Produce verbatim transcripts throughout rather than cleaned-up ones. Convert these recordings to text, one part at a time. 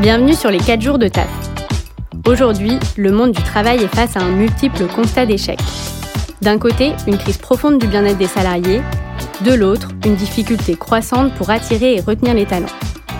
Bienvenue sur les quatre jours de taf. Aujourd'hui, le monde du travail est face à un multiple constat d'échec. D'un côté, une crise profonde du bien-être des salariés. De l'autre, une difficulté croissante pour attirer et retenir les talents.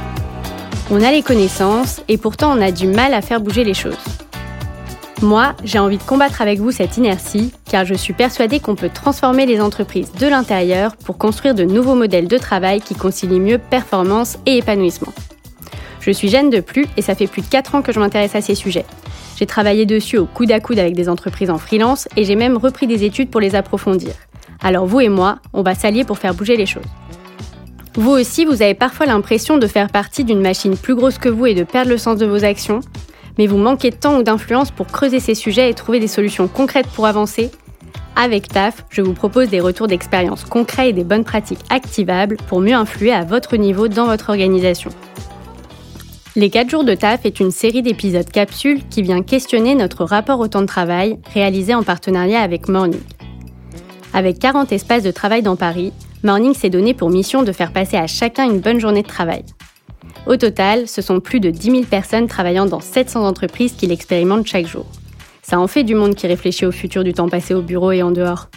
On a les connaissances et pourtant on a du mal à faire bouger les choses. Moi, j'ai envie de combattre avec vous cette inertie car je suis persuadée qu'on peut transformer les entreprises de l'intérieur pour construire de nouveaux modèles de travail qui concilient mieux performance et épanouissement. Je suis Jeanne Deplu et ça fait plus de quatre ans que je m'intéresse à ces sujets. J'ai travaillé dessus au coude à coude avec des entreprises en freelance et j'ai même repris des études pour les approfondir. Alors vous et moi, on va s'allier pour faire bouger les choses. Vous aussi, vous avez parfois l'impression de faire partie d'une machine plus grosse que vous et de perdre le sens de vos actions, mais vous manquez de temps ou d'influence pour creuser ces sujets et trouver des solutions concrètes pour avancer. Avec T A F, je vous propose des retours d'expérience concrets et des bonnes pratiques activables pour mieux influer à votre niveau dans votre organisation. Les quatre jours de T A F est une série d'épisodes capsules qui vient questionner notre rapport au temps de travail, réalisé en partenariat avec Morning. Avec quarante espaces de travail dans Paris, Morning s'est donné pour mission de faire passer à chacun une bonne journée de travail. Au total, ce sont plus de dix mille personnes travaillant dans sept cents entreprises qui l'expérimentent chaque jour. Ça en fait du monde qui réfléchit au futur du temps passé au bureau et en dehors.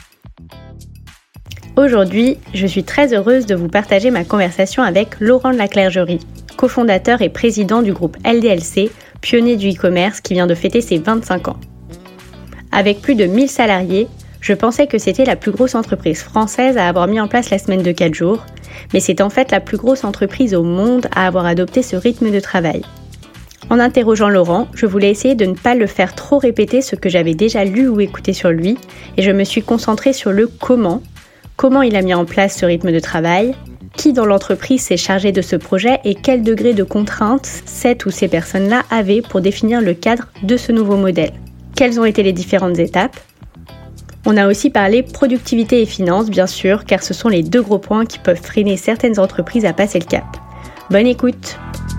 Aujourd'hui, je suis très heureuse de vous partager ma conversation avec Laurent de la Clergerie, cofondateur et président du groupe L D L C, pionnier du e-commerce qui vient de fêter ses vingt-cinq ans. Avec plus de mille salariés, je pensais que c'était la plus grosse entreprise française à avoir mis en place la semaine de quatre jours, mais c'est en fait la plus grosse entreprise au monde à avoir adopté ce rythme de travail. En interrogeant Laurent, je voulais essayer de ne pas le faire trop répéter ce que j'avais déjà lu ou écouté sur lui, et je me suis concentrée sur le comment, comment il a mis en place ce rythme de travail, qui dans l'entreprise s'est chargé de ce projet et quel degré de contrainte cette ou ces personnes-là avaient pour définir le cadre de ce nouveau modèle. Quelles ont été les différentes étapes ? On a aussi parlé productivité et finances, bien sûr, car ce sont les deux gros points qui peuvent freiner certaines entreprises à passer le cap. Bonne écoute!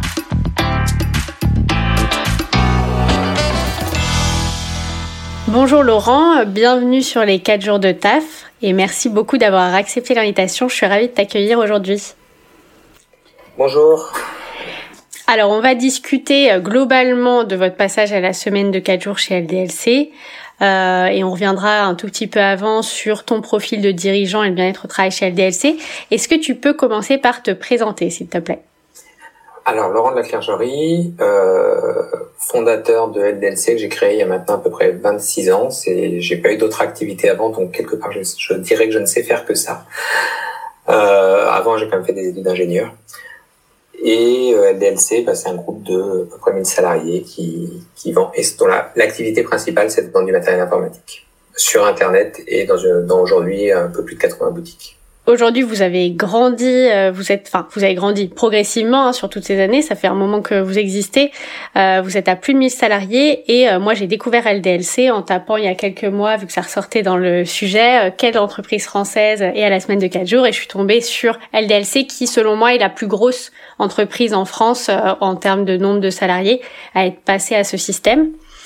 Bonjour Laurent, bienvenue sur les quatre jours de T A F et merci beaucoup d'avoir accepté l'invitation. Je suis ravie de t'accueillir aujourd'hui. Bonjour. Alors, on va discuter globalement de votre passage à la semaine de quatre jours chez L D L C. Euh, et on reviendra un tout petit peu avant sur ton profil de dirigeant et le bien-être au travail chez L D L C. Est-ce que tu peux commencer par te présenter, s'il te plaît ? Alors, Laurent de la Clergerie, euh, fondateur de L D L C que j'ai créé il y a maintenant à peu près vingt-six ans. C'est, j'ai pas eu d'autres activités avant, donc quelque part, je, je dirais que je ne sais faire que ça. Euh, avant, j'ai quand même fait des études d'ingénieur. Et euh, L D L C, bah, c'est un groupe de à peu près mille salariés qui, qui vend, et dont la, l'activité principale, c'est de vendre du matériel informatique sur Internet et dans, une, dans aujourd'hui un peu plus de quatre-vingts boutiques. Aujourd'hui, vous avez grandi, vous êtes, enfin, vous avez grandi progressivement hein, sur toutes ces années. Ça fait un moment que vous existez. Euh, vous êtes à plus de mille salariés et euh, moi, j'ai découvert L D L C en tapant il y a quelques mois, vu que ça ressortait dans le sujet, euh, quelle entreprise française est à la semaine de quatre jours. Et je suis tombée sur L D L C, qui, selon moi, est la plus grosse entreprise en France euh, en termes de nombre de salariés à être passée à ce système.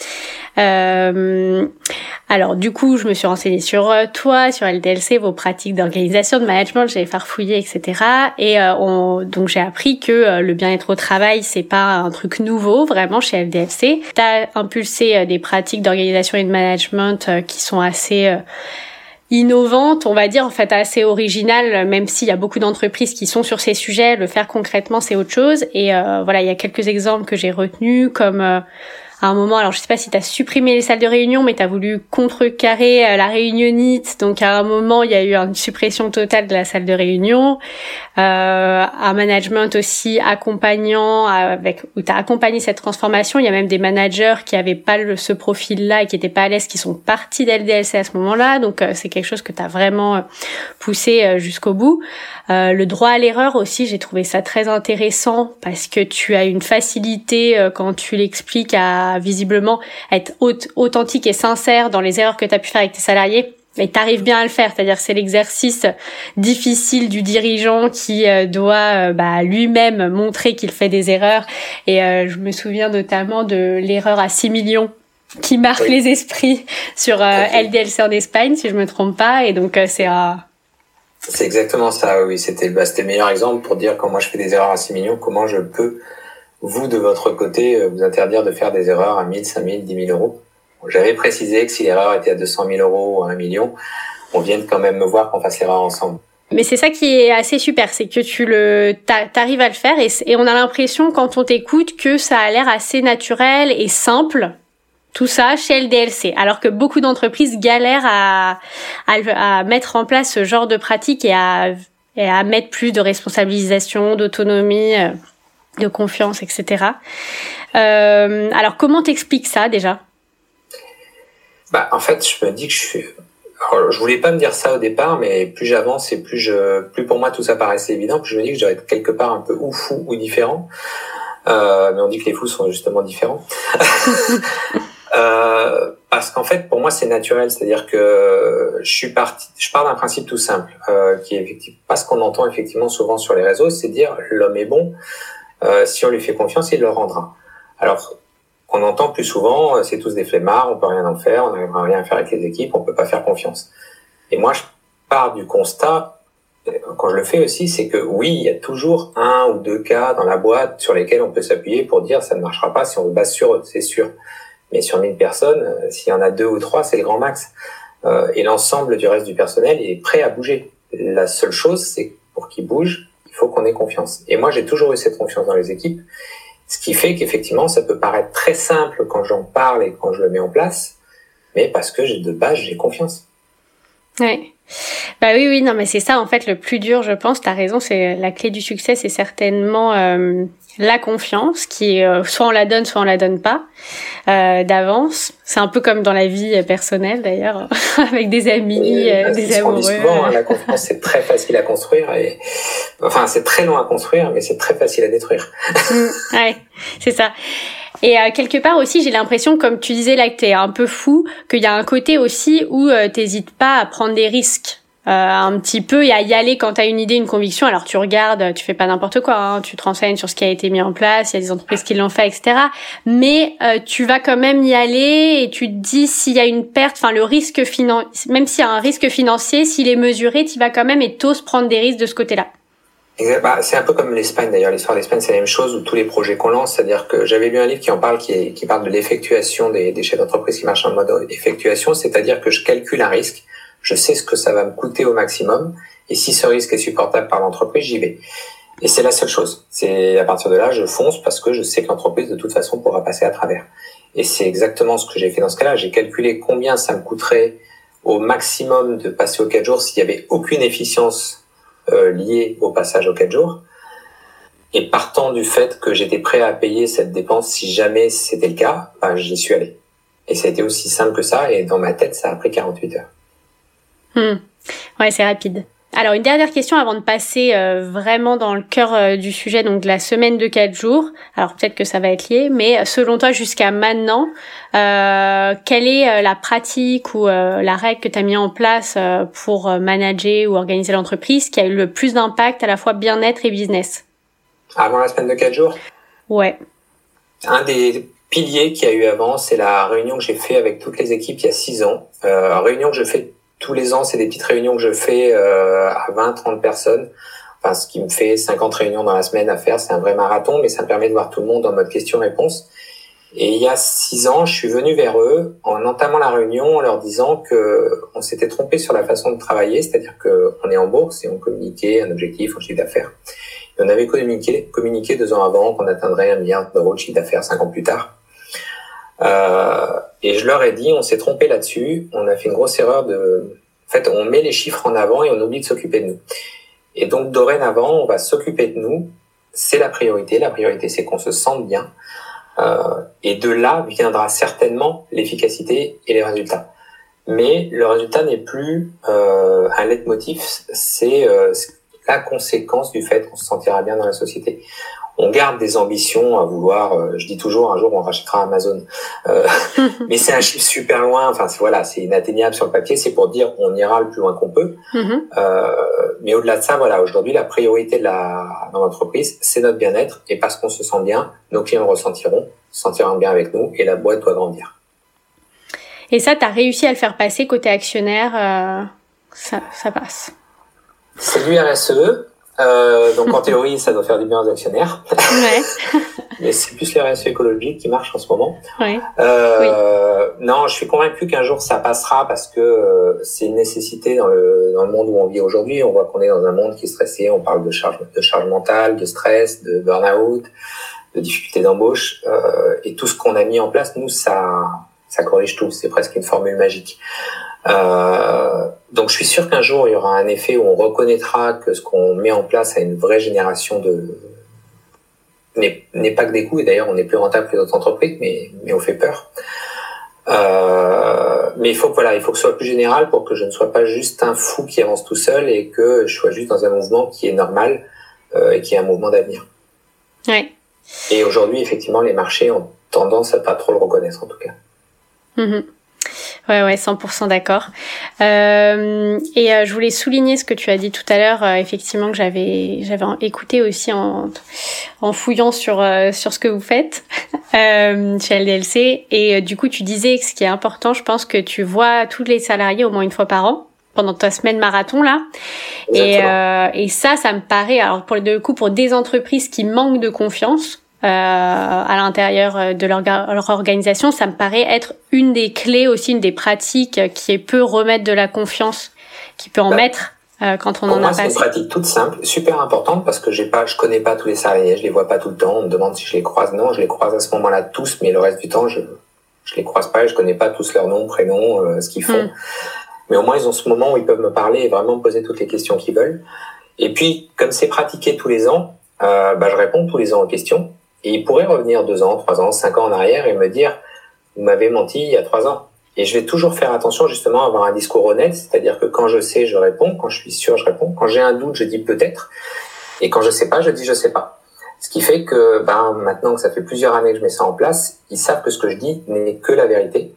Euh, alors du coup, je me suis renseignée sur euh, toi, sur L D L C, vos pratiques d'organisation, de management, j'ai farfouillé, et cetera. Et euh, on, donc j'ai appris que euh, le bien-être au travail, c'est pas un truc nouveau vraiment chez L D L C. T'as impulsé euh, des pratiques d'organisation et de management euh, qui sont assez euh, innovantes, on va dire, en fait assez originales, même s'il y a beaucoup d'entreprises qui sont sur ces sujets. Le faire concrètement, c'est autre chose. Et euh, voilà, il y a quelques exemples que j'ai retenus, comme euh, à un moment, alors je sais pas si tu as supprimé les salles de réunion, mais tu as voulu contrecarrer euh, la réunionnite. Donc à un moment, il y a eu une suppression totale de la salle de réunion. Euh, un management aussi accompagnant, avec où tu as accompagné cette transformation. Il y a même des managers qui avaient pas le, ce profil-là et qui étaient pas à l'aise, qui sont partis d'L D L C à ce moment-là. Donc euh, c'est quelque chose que tu as vraiment euh, poussé euh, jusqu'au bout. Euh, le droit à l'erreur aussi, j'ai trouvé ça très intéressant parce que tu as une facilité euh, quand tu l'expliques à visiblement être authentique et sincère dans les erreurs que tu as pu faire avec tes salariés. Et t'arrives bien à le faire, c'est-à-dire que c'est l'exercice difficile du dirigeant qui euh, doit euh, bah, lui-même montrer qu'il fait des erreurs. Et euh, je me souviens notamment de l'erreur à six millions qui marque oui. les esprits sur euh, okay. L D L C en Espagne, si je me trompe pas. Et donc euh, c'est un... C'est exactement ça, oui. C'était, bah, c'était le meilleur exemple pour dire quand moi je fais des erreurs à six millions, comment je peux vous, de votre côté, vous interdire de faire des erreurs à mille, cinq mille, dix mille euros. J'avais précisé que si l'erreur était à deux cent mille euros ou à un million, on vienne quand même me voir qu'on fasse l'erreur ensemble. Mais c'est ça qui est assez super, c'est que tu le, t'arrives à le faire et, et on a l'impression quand on t'écoute que ça a l'air assez naturel et simple. Tout ça chez L D L C, alors que beaucoup d'entreprises galèrent à, à, à mettre en place ce genre de pratique et à, et à mettre plus de responsabilisation, d'autonomie, de confiance, et cetera. Euh, alors, comment t'expliques ça déjà ? Bah, en fait, je me dis que je suis... Alors, je voulais pas me dire ça au départ, mais plus j'avance et plus je, plus pour moi tout ça paraissait évident, plus je me dis que je dois être quelque part un peu ou fou ou différent. Euh, mais on dit que les fous sont justement différents. euh, parce qu'en fait, pour moi, c'est naturel. C'est-à-dire que je suis parti, je pars d'un principe tout simple, euh, qui est effectivement pas ce qu'on entend effectivement souvent sur les réseaux, c'est dire l'homme est bon. Euh, si on lui fait confiance, il le rendra. Alors, on entend plus souvent, c'est tous des flemmards, on peut rien en faire, on n'arrivera rien à faire avec les équipes, on peut pas faire confiance. Et moi, je pars du constat, quand je le fais aussi, c'est que oui, il y a toujours un ou deux cas dans la boîte sur lesquels on peut s'appuyer pour dire ça ne marchera pas si on se base sur eux, c'est sûr. Mais sur mille personnes, s'il y en a deux ou trois, c'est le grand max. Euh, et l'ensemble du reste du personnel est prêt à bouger. La seule chose, c'est que pour qu'ils bougent, il faut qu'on ait confiance. Et moi, j'ai toujours eu cette confiance dans les équipes. Ce qui fait qu'effectivement, ça peut paraître très simple quand j'en parle et quand je le mets en place, mais parce que j'ai de base, j'ai confiance. Ouais. Bah oui, oui, non, mais c'est ça, en fait, le plus dur, je pense, t'as raison, c'est la clé du succès, c'est certainement euh, la confiance, qui est, euh, soit on la donne, soit on la donne pas, euh, d'avance. C'est un peu comme dans la vie personnelle, d'ailleurs, avec des amis, oui, euh, des c'est amoureux. Ce qu'on dit souvent, hein, la confiance, c'est très facile à construire, et enfin, c'est très long à construire, mais c'est très facile à détruire. mmh, ouais, c'est ça. Et euh, quelque part aussi, j'ai l'impression, comme tu disais là, que t'es un peu fou, qu'il y a un côté aussi où euh, t'hésites pas à prendre des risques. Euh, un petit peu et à y aller quand t'as une idée, une conviction. Alors tu regardes, tu fais pas n'importe quoi, hein, tu te renseignes sur ce qui a été mis en place, il y a des entreprises qui l'ont fait, et cetera. Mais euh, tu vas quand même y aller et tu te dis s'il y a une perte, enfin le risque financier, même s'il y a un risque financier, s'il est mesuré, tu vas quand même et t'oses prendre des risques de ce côté-là. Exact. Bah, c'est un peu comme l'Espagne d'ailleurs. L'histoire d'Espagne, c'est la même chose où tous les projets qu'on lance, c'est-à-dire que j'avais lu un livre qui en parle, qui, est, qui parle de l'effectuation des, des chefs d'entreprise qui marchent en mode effectuation, c'est-à-dire que je calcule un risque, je sais ce que ça va me coûter au maximum, et si ce risque est supportable par l'entreprise, j'y vais. Et c'est la seule chose. C'est à partir de là, je fonce parce que je sais que l'entreprise de toute façon pourra passer à travers. Et c'est exactement ce que j'ai fait dans ce cas-là. J'ai calculé combien ça me coûterait au maximum de passer aux quatre jours s'il y avait aucune efficience Euh, lié au passage aux quatre jours, et partant du fait que j'étais prêt à payer cette dépense si jamais c'était le cas, ben, j'y suis allé. Et ça a été aussi simple que ça, et dans ma tête, ça a pris quarante-huit heures. Hmm. Ouais, c'est rapide. Alors, une dernière question avant de passer euh, vraiment dans le cœur euh, du sujet, donc de la semaine de quatre jours. Alors, peut-être que ça va être lié, mais selon toi, jusqu'à maintenant, euh, quelle est euh, la pratique ou euh, la règle que tu as mis en place euh, pour euh, manager ou organiser l'entreprise qui a eu le plus d'impact à la fois bien-être et business ? Avant la semaine de quatre jours ? Ouais. Un des piliers qu'il y a eu avant, c'est la réunion que j'ai fait avec toutes les équipes il y a six ans. Euh, réunion que je fais tous les ans, c'est des petites réunions que je fais euh, à vingt, trente personnes. Enfin, ce qui me fait cinquante réunions dans la semaine à faire. C'est un vrai marathon, mais ça me permet de voir tout le monde en mode question-réponse. Et il y a six ans, je suis venu vers eux en entamant la réunion, en leur disant que on s'était trompé sur la façon de travailler, c'est-à-dire que on est en bourse et on communiquait un objectif, un chiffre d'affaires. Et on avait communiqué, communiqué deux ans avant qu'on atteindrait un milliard d'euros de chiffre d'affaires cinq ans plus tard. Euh, et je leur ai dit, on s'est trompé là-dessus, on a fait une grosse erreur de... En fait, on met les chiffres en avant et on oublie de s'occuper de nous. Et donc, dorénavant, on va s'occuper de nous, c'est la priorité. La priorité, c'est qu'on se sente bien. Euh, et de là viendra certainement l'efficacité et les résultats. Mais le résultat n'est plus euh, un leitmotiv, c'est euh, la conséquence du fait qu'on se sentira bien dans la société. On garde des ambitions à vouloir, euh, je dis toujours, un jour on rachètera Amazon. Euh, mais c'est un chiffre super loin, enfin c'est, voilà, c'est inatteignable sur le papier, c'est pour dire on ira le plus loin qu'on peut. Mm-hmm. Euh, mais au-delà de ça, voilà, aujourd'hui la priorité de la, dans l'entreprise, c'est notre bien-être, et parce qu'on se sent bien, nos clients le ressentiront, se sentiront bien avec nous, et la boîte doit grandir. Et ça, t'as réussi à le faire passer côté actionnaire, euh, ça, ça passe. C'est du R S E. Euh, donc en théorie, ça doit faire du bien aux actionnaires. Ouais. mais c'est plus les ratios écologiques qui marchent en ce moment. Oui. Euh, oui. Non, je suis convaincu qu'un jour ça passera parce que euh, c'est une nécessité dans le dans le monde où on vit aujourd'hui. On voit qu'on est dans un monde qui est stressé. On parle de charge de charge mentale, de stress, de burn-out, de difficultés d'embauche, euh, et tout ce qu'on a mis en place, nous, ça ça corrige tout. C'est presque une formule magique. Euh, donc, je suis sûr qu'un jour il y aura un effet où on reconnaîtra que ce qu'on met en place a une vraie génération de n'est, n'est pas que des coûts, et d'ailleurs on est plus rentable que les autres entreprises, mais, mais on fait peur. Euh, mais il faut que voilà, il faut que ce soit plus général pour que je ne sois pas juste un fou qui avance tout seul et que je sois juste dans un mouvement qui est normal euh, et qui est un mouvement d'avenir. Ouais. Et aujourd'hui, effectivement, les marchés ont tendance à pas trop le reconnaître, en tout cas. Mmh. Ouais, ouais, cent pour cent d'accord. Euh, et euh, je voulais souligner ce que tu as dit tout à l'heure, euh, effectivement, que j'avais, j'avais écouté aussi en, en fouillant sur, euh, sur ce que vous faites euh, chez L D L C. Et euh, du coup, tu disais que ce qui est important, je pense que tu vois tous les salariés au moins une fois par an, pendant ta semaine marathon, là. Et, euh, et ça, ça me paraît, alors pour le coup, pour des entreprises qui manquent de confiance, Euh, à l'intérieur de leur, leur organisation, ça me paraît être une des clés aussi, une des pratiques qui peut remettre de la confiance, qui peut en bah, mettre euh, quand on en moi, a passé. C'est une pratique toute simple, super importante, parce que j'ai pas, je connais pas tous les salariés, je les vois pas tout le temps. On me demande si je les croise. Non, je les croise à ce moment-là tous, mais le reste du temps, je je les croise pas et je connais pas tous leurs noms, prénoms, euh, ce qu'ils font. Mmh. Mais au moins, ils ont ce moment où ils peuvent me parler et vraiment me poser toutes les questions qu'ils veulent. Et puis, comme c'est pratiqué tous les ans, euh, bah, je réponds tous les ans aux questions. Et ils pourraient revenir deux ans, trois ans, cinq ans en arrière et me dire « Vous m'avez menti il y a trois ans ». Et je vais toujours faire attention justement à avoir un discours honnête, c'est-à-dire que quand je sais, je réponds, quand je suis sûr, je réponds, quand j'ai un doute, je dis peut-être, et quand je sais pas, je dis je sais pas. Ce qui fait que ben maintenant que ça fait plusieurs années que je mets ça en place, ils savent que ce que je dis n'est que la vérité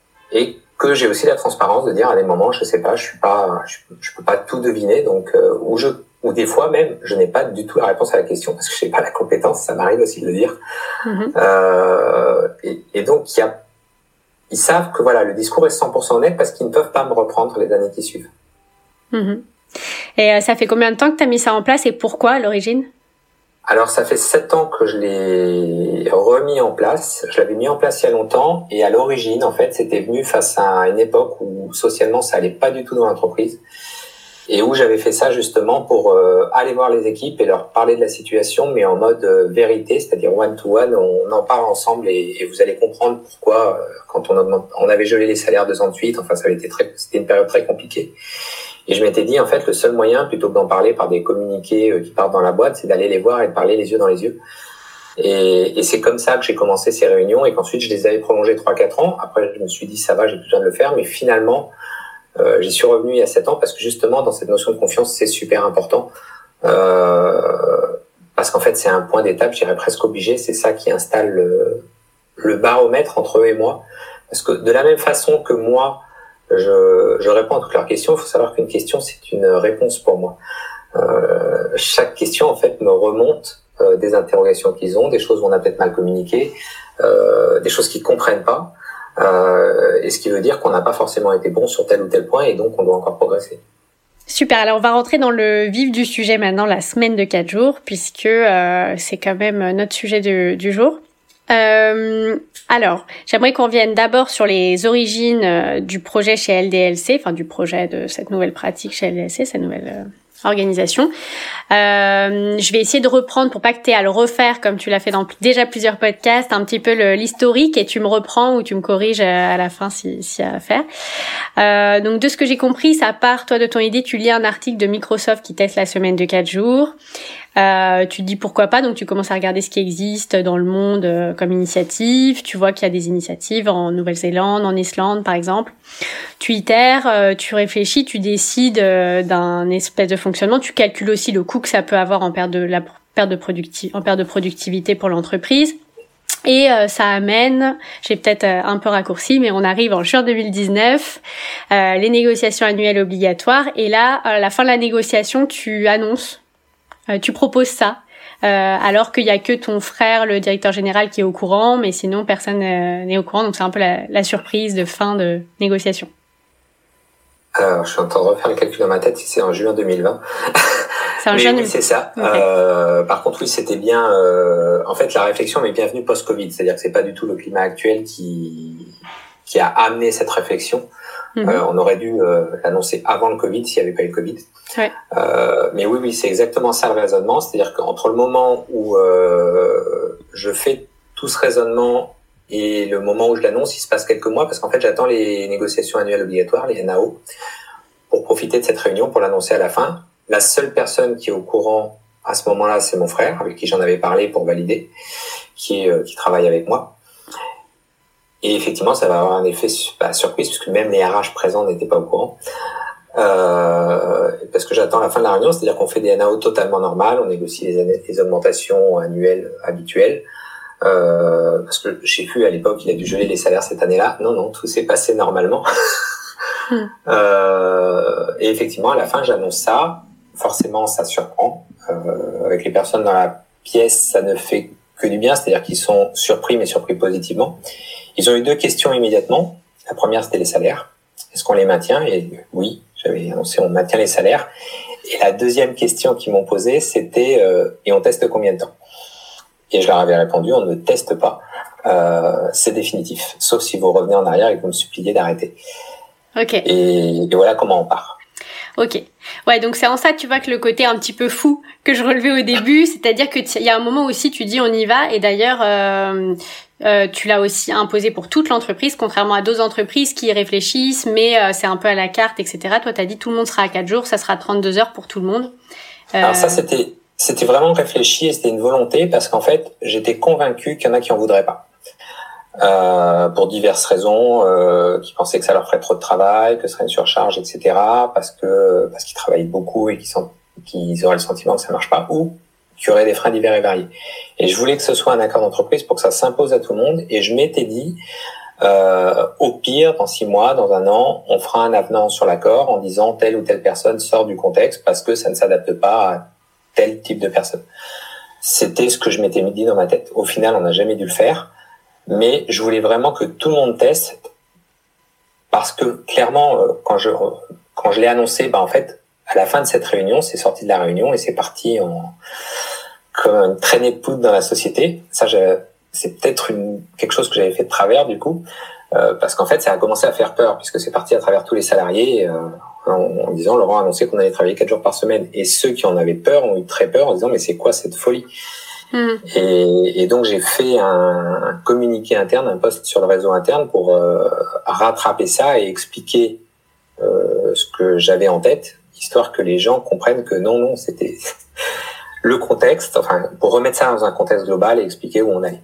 et que j'ai aussi la transparence de dire à des moments je sais pas, je suis pas, je, je peux pas tout deviner, donc euh, ou je ou des fois même, je n'ai pas du tout la réponse à la question parce que je n'ai pas la compétence, ça m'arrive aussi de le dire. Mmh. Euh, et, et donc, il y a, ils savent que voilà, le discours est cent pour cent honnête parce qu'ils ne peuvent pas me reprendre les années qui suivent. Mmh. Et euh, ça fait combien de temps que tu as mis ça en place et pourquoi à l'origine ? Alors, ça fait sept ans que je l'ai remis en place. Je l'avais mis en place il y a longtemps et à l'origine, en fait, c'était venu face à une époque où socialement, ça allait pas du tout dans l'entreprise. Et où j'avais fait ça justement pour euh, aller voir les équipes et leur parler de la situation, mais en mode euh, vérité, c'est-à-dire one-to-one, on en parle ensemble et, et vous allez comprendre pourquoi, euh, quand on, a, on avait gelé les salaires deux ans de suite, enfin ça avait été très, c'était une période très compliquée. Et je m'étais dit, en fait, le seul moyen, plutôt que d'en parler par des communiqués euh, qui partent dans la boîte, c'est d'aller les voir et de parler les yeux dans les yeux. Et, et c'est comme ça que j'ai commencé ces réunions et qu'ensuite je les avais prolongées trois quatre ans. Après, je me suis dit, ça va, j'ai plus besoin de le faire, mais finalement, Euh, j'y suis revenu il y a sept ans parce que justement dans cette notion de confiance c'est super important euh, parce qu'en fait c'est un point d'étape, je dirais presque obligé, c'est ça qui installe le, le baromètre entre eux et moi parce que de la même façon que moi je, je réponds à toutes leurs questions, il faut savoir qu'une question c'est une réponse pour moi. Euh, chaque question en fait me remonte euh, des interrogations qu'ils ont, des choses où on a peut-être mal communiqué, euh, des choses qu'ils comprennent pas. Euh, et ce qui veut dire qu'on n'a pas forcément été bon sur tel ou tel point et donc on doit encore progresser. Super, alors on va rentrer dans le vif du sujet maintenant, la semaine de quatre jours, puisque euh, c'est quand même notre sujet du, du jour. Euh, alors, j'aimerais qu'on vienne d'abord sur les origines euh, du projet chez L D L C, enfin du projet de cette nouvelle pratique chez L D L C, cette nouvelle euh, organisation. Euh, je vais essayer de reprendre, pour pas que tu aies à le refaire comme tu l'as fait dans déjà plusieurs podcasts, un petit peu le, l'historique et tu me reprends ou tu me corriges à la fin s'il si y a à faire. Euh, donc de ce que j'ai compris, ça part toi de ton idée, tu lis un article de Microsoft qui teste la semaine de quatre jours. Euh, tu te dis pourquoi pas, donc tu commences à regarder ce qui existe dans le monde euh, comme initiative. Tu vois qu'il y a des initiatives en Nouvelle-Zélande, en Islande par exemple. Tu itères, euh, tu réfléchis, tu décides euh, d'un espèce de fonctionnement. Tu calcules aussi le coût que ça peut avoir en perte de la perte de producti- en perte de productivité pour l'entreprise. Et euh, ça amène, j'ai peut-être euh, un peu raccourci, mais on arrive en juin deux mille dix-neuf, euh, les négociations annuelles obligatoires. Et là, à la fin de la négociation, tu annonces, euh, tu proposes ça, euh, alors qu'il y a que ton frère, le directeur général, qui est au courant, mais sinon personne euh, n'est au courant. Donc c'est un peu la, la surprise de fin de négociation. Alors, je suis en train de refaire le calcul dans ma tête si c'est en juin deux mille vingt. C'est un Mais jeune. Oui, c'est ça. Okay. Euh, par contre, oui, c'était bien. Euh, en fait, la réflexion m'est bienvenue post-Covid, c'est-à-dire que c'est pas du tout le climat actuel qui qui a amené cette réflexion. Mm-hmm. Euh, on aurait dû euh, l'annoncer avant le Covid s'il n'y avait pas eu le Covid. Ouais. Euh, mais oui, oui, c'est exactement ça le raisonnement, c'est-à-dire qu'entre le moment où euh, je fais tout ce raisonnement et le moment où je l'annonce, il se passe quelques mois parce qu'en fait, j'attends les négociations annuelles obligatoires, les N A O, pour profiter de cette réunion pour l'annoncer à la fin. La seule personne qui est au courant à ce moment-là, c'est mon frère, avec qui j'en avais parlé pour valider, qui est, euh, qui travaille avec moi. Et effectivement, ça va avoir un effet bah, surprise, puisque même les R H présents n'étaient pas au courant. Euh, parce que j'attends la fin de la réunion, c'est-à-dire qu'on fait des N A O totalement normales, on négocie les, les augmentations annuelles habituelles. Euh, parce que j'ai vu à l'époque, il a dû geler les salaires cette année-là. Non, non, tout s'est passé normalement. mmh. euh, et effectivement, à la fin, j'annonce ça. Forcément, ça surprend. Euh, avec les personnes dans la pièce, ça ne fait que du bien, c'est-à-dire qu'ils sont surpris, mais surpris positivement. Ils ont eu deux questions immédiatement. La première, c'était les salaires. Est-ce qu'on les maintient? Et oui, j'avais annoncé on maintient les salaires. Et la deuxième question qu'ils m'ont posée, c'était euh, et on teste combien de temps? Et je leur avais répondu, on ne teste pas. Euh, c'est définitif. Sauf si vous revenez en arrière et que vous me suppliez d'arrêter. Ok. Et, et voilà comment on part. Ok. Ouais, donc c'est en ça, tu vois, que le côté un petit peu fou que je relevais au début, c'est-à-dire que il y a un moment aussi, tu dis on y va, et d'ailleurs, euh, euh, tu l'as aussi imposé pour toute l'entreprise, contrairement à d'autres entreprises qui réfléchissent, mais euh, c'est un peu à la carte, et cetera. Toi, t'as dit tout le monde sera à quatre jours, ça sera trente-deux heures pour tout le monde. Euh... Alors ça, c'était c'était vraiment réfléchi et c'était une volonté parce qu'en fait, j'étais convaincu qu'il y en a qui en voudraient pas. Euh, pour diverses raisons, euh, qui pensaient que ça leur ferait trop de travail, que ce serait une surcharge, et cetera. Parce que parce qu'ils travaillent beaucoup et qu'ils, sont, qu'ils auraient le sentiment que ça marche pas, ou qu'il y aurait des freins divers et variés. Et je voulais que ce soit un accord d'entreprise pour que ça s'impose à tout le monde. Et je m'étais dit, euh, au pire, dans six mois, dans un an, on fera un avenant sur l'accord en disant telle ou telle personne sort du contexte parce que ça ne s'adapte pas à tel type de personne. C'était ce que je m'étais dit dans ma tête. Au final, on n'a jamais dû le faire. Mais je voulais vraiment que tout le monde teste parce que clairement, quand je quand je l'ai annoncé, bah en fait, à la fin de cette réunion, c'est sorti de la réunion et c'est parti en comme une traînée de poudre dans la société. Ça, je, c'est peut-être une quelque chose que j'avais fait de travers du coup, euh, parce qu'en fait, ça a commencé à faire peur puisque c'est parti à travers tous les salariés euh, en, en disant Laurent a annoncé qu'on allait travailler quatre jours par semaine et ceux qui en avaient peur ont eu très peur en disant mais c'est quoi cette folie? Mmh. Et, et donc j'ai fait un, un communiqué interne, un post sur le réseau interne pour euh, rattraper ça et expliquer euh, ce que j'avais en tête, histoire que les gens comprennent que non, non, c'était le contexte, enfin pour remettre ça dans un contexte global et expliquer où on allait.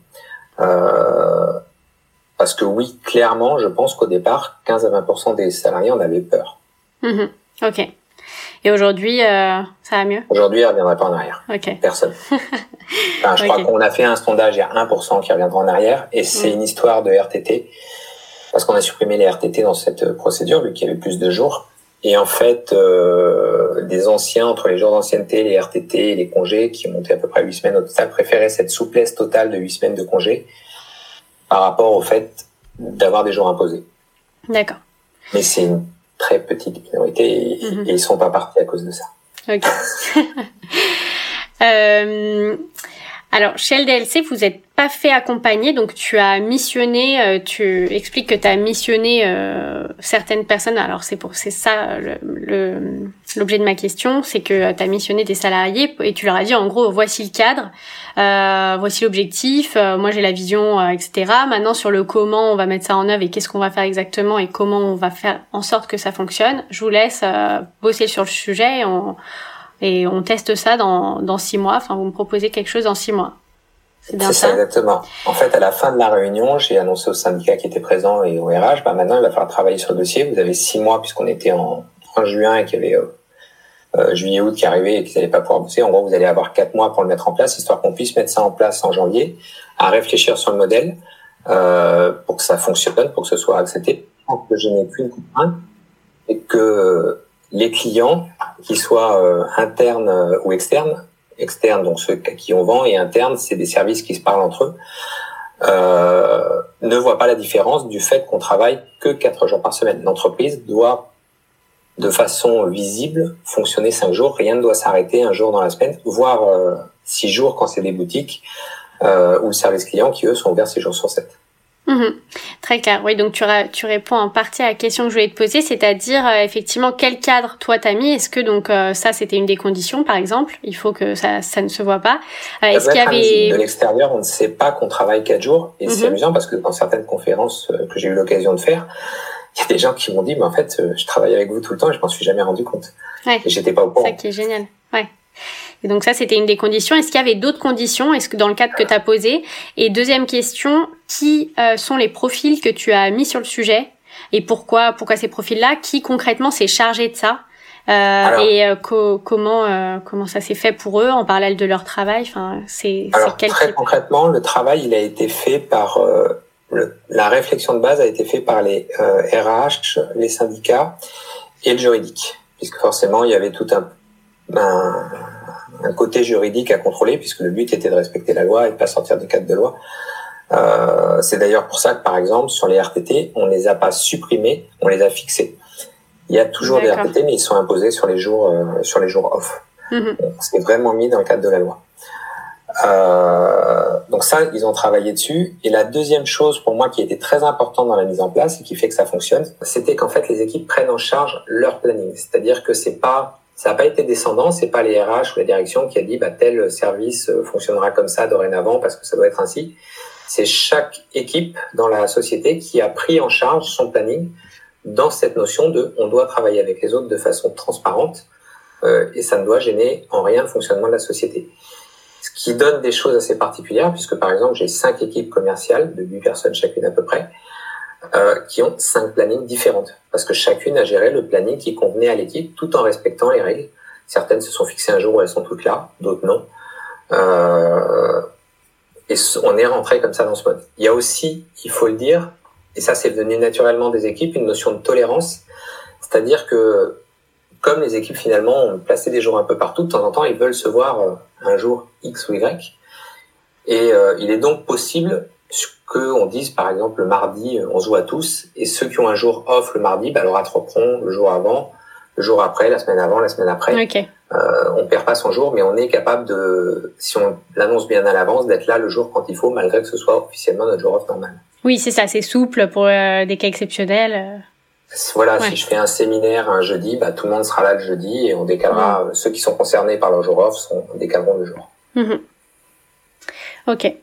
Euh, parce que oui, clairement, je pense qu'au départ, quinze à vingt pour cent des salariés en avaient peur. Mmh. Ok. Et aujourd'hui, euh, ça va mieux? Aujourd'hui, elle ne reviendra pas en arrière. Okay. Personne. Enfin, je okay. crois qu'on a fait un sondage, il y a un pour cent qui reviendra en arrière. Et c'est mmh. une histoire de R T T. Parce qu'on a supprimé les R T T dans cette procédure, vu qu'il y avait plus de jours. Et en fait, euh, les anciens, entre les jours d'ancienneté, les R T T et les congés, qui montaient à peu près à huit semaines au total, préféraient cette souplesse totale de huit semaines de congés par rapport au fait d'avoir des jours imposés. D'accord. Mais c'est une très petite minorité et, mmh. et ils sont pas partis à cause de ça. Ok. euh, alors, chez L D L C, vous n'êtes pas fait accompagner, donc tu as missionné, euh, tu expliques que tu as missionné euh, certaines personnes. Alors, c'est pour c'est ça le, le, l'objet de ma question, c'est que tu as missionné des salariés et tu leur as dit, en gros, voici le cadre, euh, voici l'objectif, euh, moi j'ai la vision, euh, et cetera. Maintenant, sur le comment on va mettre ça en œuvre et qu'est-ce qu'on va faire exactement et comment on va faire en sorte que ça fonctionne, je vous laisse euh, bosser sur le sujet et on... Et on teste ça dans, dans six mois. Enfin, vous me proposez quelque chose dans six mois. C'est bien ça? C'est ça, exactement. En fait, à la fin de la réunion, j'ai annoncé aux syndicats qui étaient présents et au R H, bah, maintenant, il va falloir travailler sur le dossier. Vous avez six mois puisqu'on était en, en juin et qu'il y avait euh, euh, juillet-août qui arrivait et qu'ils n'allaient pas pouvoir bosser. En gros, vous allez avoir quatre mois pour le mettre en place, histoire qu'on puisse mettre ça en place en janvier, à réfléchir sur le modèle euh, pour que ça fonctionne, pour que ce soit accepté. Tant que je n'ai qu'une contrainte, et que les clients, qu'ils soient euh, internes euh, ou externes, externes, donc ceux qui on vend, et internes, c'est des services qui se parlent entre eux, euh, ne voient pas la différence du fait qu'on travaille que quatre jours par semaine. L'entreprise doit de façon visible, fonctionner cinq jours. Rien ne doit s'arrêter un jour dans la semaine, voire euh, six jours quand c'est des boutiques euh, ou le service client qui, eux, sont ouverts six jours sur sept. Mmh, très clair. Oui, donc tu, ra- tu réponds en partie à la question que je voulais te poser, c'est-à-dire euh, effectivement quel cadre toi t'as mis. Est-ce que donc euh, ça c'était une des conditions par exemple, il faut que ça ça ne se voit pas. Euh, est-ce qu'il y avait de l'extérieur, on ne sait pas qu'on travaille quatre jours et mmh. c'est amusant parce que dans certaines conférences que j'ai eu l'occasion de faire, il y a des gens qui m'ont dit mais en fait je travaille avec vous tout le temps et je m'en suis jamais rendu compte. Ouais. Et j'étais pas au courant. C'est ça qui est génial. Ouais. Et donc ça, c'était une des conditions. Est-ce qu'il y avait d'autres conditions? Est-ce que dans le cadre que tu as posé? Et deuxième question, qui euh, sont les profils que tu as mis sur le sujet? Et pourquoi, pourquoi ces profils-là? Qui concrètement s'est chargé de ça? euh, Alors, Et euh, co- comment, euh, comment ça s'est fait pour eux en parallèle de leur travail? Enfin, c'est, alors c'est quel très type? Concrètement, le travail, il a été fait par... Euh, le, la réflexion de base a été faite par les euh, R H, les syndicats et le juridique. Puisque forcément, il y avait tout un... un un côté juridique à contrôler, puisque le but était de respecter la loi et de pas sortir du cadre de loi. Euh, c'est d'ailleurs pour ça que, par exemple, sur les R T T, on les a pas supprimés, on les a fixés. Il y a toujours D'accord. des R T T, mais ils sont imposés sur les jours, euh, sur les jours off. Mm-hmm. On s'est vraiment mis dans le cadre de la loi. Euh, donc ça, ils ont travaillé dessus. Et la deuxième chose pour moi qui était très importante dans la mise en place et qui fait que ça fonctionne, c'était qu'en fait les équipes prennent en charge leur planning. C'est-à-dire que c'est pas Ça n'a pas été descendant, c'est pas les R H ou la direction qui a dit bah tel service fonctionnera comme ça dorénavant parce que ça doit être ainsi. C'est chaque équipe dans la société qui a pris en charge son planning dans cette notion de on doit travailler avec les autres de façon transparente euh, et ça ne doit gêner en rien le fonctionnement de la société. Ce qui donne des choses assez particulières puisque par exemple j'ai cinq équipes commerciales de huit personnes chacune à peu près. Euh, qui ont cinq plannings différentes parce que chacune a géré le planning qui convenait à l'équipe tout en respectant les règles. Certaines se sont fixées un jour où elles sont toutes là, d'autres non. Euh, et on est rentré comme ça dans ce mode. Il y a aussi, il faut le dire, et ça c'est devenu naturellement des équipes, une notion de tolérance, c'est-à-dire que comme les équipes finalement ont placé des jours un peu partout, de temps en temps ils veulent se voir un jour X ou Y, et euh, il est donc possible qu'on dise par exemple le mardi on joue à tous et ceux qui ont un jour off le mardi bah, le rattraperont le jour avant, le jour après, la semaine avant, la semaine après. Okay. Euh, on perd pas son jour mais on est capable de, si on l'annonce bien à l'avance, d'être là le jour quand il faut malgré que ce soit officiellement notre jour off normal. Oui c'est ça, c'est souple pour euh, des cas exceptionnels. Voilà, ouais. Si je fais un séminaire un jeudi, bah, tout le monde sera là le jeudi et on décalera, mmh. ceux qui sont concernés par leur jour off sont, décaleront le jour. Mmh. Ok.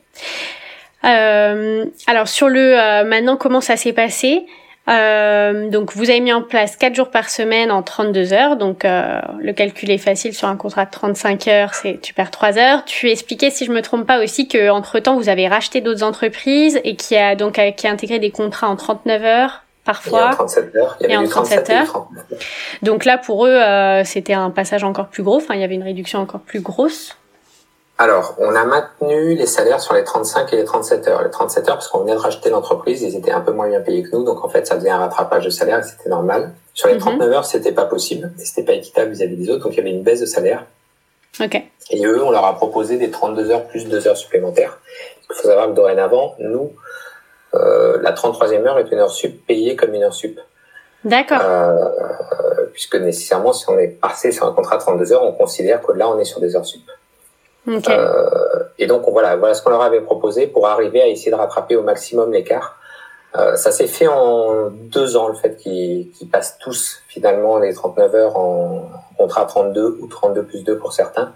Euh, alors sur le euh, maintenant comment ça s'est passé, euh, donc vous avez mis en place quatre jours par semaine en trente-deux heures, donc euh, le calcul est facile sur un contrat de trente-cinq heures, c'est tu perds trois heures. Tu expliquais si je me trompe pas aussi que entre temps vous avez racheté d'autres entreprises et qui a donc qui a intégré des contrats en trente-neuf heures parfois. Et en trente-sept heures. Il y avait et en du trente-sept heures. trente-neuf. Donc là pour eux euh, c'était un passage encore plus gros, enfin il y avait une réduction encore plus grosse. Alors, on a maintenu les salaires sur les trente-cinq et les trente-sept heures. Les trente-sept heures, parce qu'on venait de racheter l'entreprise, ils étaient un peu moins bien payés que nous, donc en fait, ça faisait un rattrapage de salaire et c'était normal. Sur les mm-hmm. trente-neuf heures, c'était pas possible, et c'était pas équitable vis-à-vis des autres, donc il y avait une baisse de salaire. Ok. Et eux, on leur a proposé des trente-deux heures plus deux heures supplémentaires. Il faut savoir que dorénavant, nous, euh, la trente-troisième heure est une heure sup payée comme une heure sup. D'accord. Euh, puisque nécessairement, si on est passé sur un contrat de trente-deux heures, on considère que là, on est sur des heures sup. Okay. Euh, et donc voilà, voilà ce qu'on leur avait proposé pour arriver à essayer de rattraper au maximum l'écart. Euh, ça s'est fait en deux ans, le fait qu'ils, qu'ils passent tous finalement les trente-neuf heures en contrat trente-deux ou trente-deux plus deux pour certains.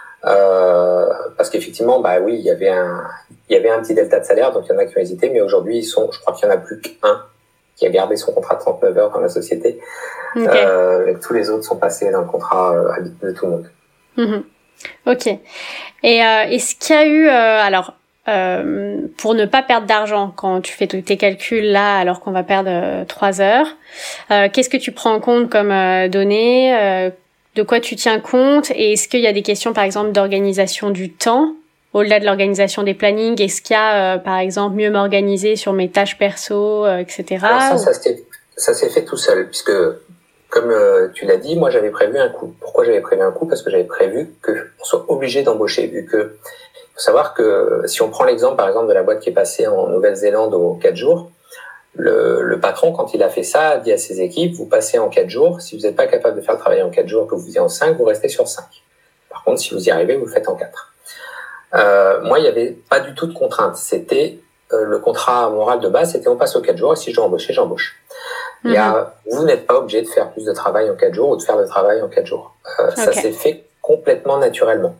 Euh, parce qu'effectivement, bah oui, il y avait un, il y avait un petit delta de salaire, donc il y en a qui ont hésité, mais aujourd'hui ils sont, je crois qu'il y en a plus qu'un qui a gardé son contrat de trente-neuf heures dans la société. Okay. Euh, et tous les autres sont passés dans le contrat euh, de tout le monde. Mm-hmm. Ok. Et euh, est-ce qu'il y a eu, euh, alors, euh, pour ne pas perdre d'argent quand tu fais tes calculs là, alors qu'on va perdre euh, trois heures, euh, qu'est-ce que tu prends en compte comme euh, données, euh, de quoi tu tiens compte, et est-ce qu'il y a des questions, par exemple, d'organisation du temps, au-delà de l'organisation des plannings, est-ce qu'il y a, euh, par exemple, mieux m'organiser sur mes tâches perso, euh, et cetera. Alors ça, ou... ça, s'est, ça s'est fait tout seul, puisque... Comme euh, tu l'as dit, moi j'avais prévu un coup. Pourquoi j'avais prévu un coup ? Parce que j'avais prévu qu'on soit obligé d'embaucher, vu que faut savoir que si on prend l'exemple par exemple de la boîte qui est passée en Nouvelle-Zélande aux quatre jours, Le, le patron, quand il a fait ça, dit à ses équipes, vous passez en quatre jours. Si vous n'êtes pas capable de faire le travail en quatre jours, que vous faisiez en cinq, vous restez sur cinq. Par contre, si vous y arrivez, vous le faites en quatre. Euh, moi, il n'y avait pas du tout de contrainte. C'était euh, le contrat moral de base, c'était on passe aux quatre jours et si je dois embaucher, j'embauche. Mm-hmm. Il y a, vous n'êtes pas obligé de faire plus de travail en quatre jours ou de faire le travail en quatre jours. Euh, okay. Ça s'est fait complètement naturellement.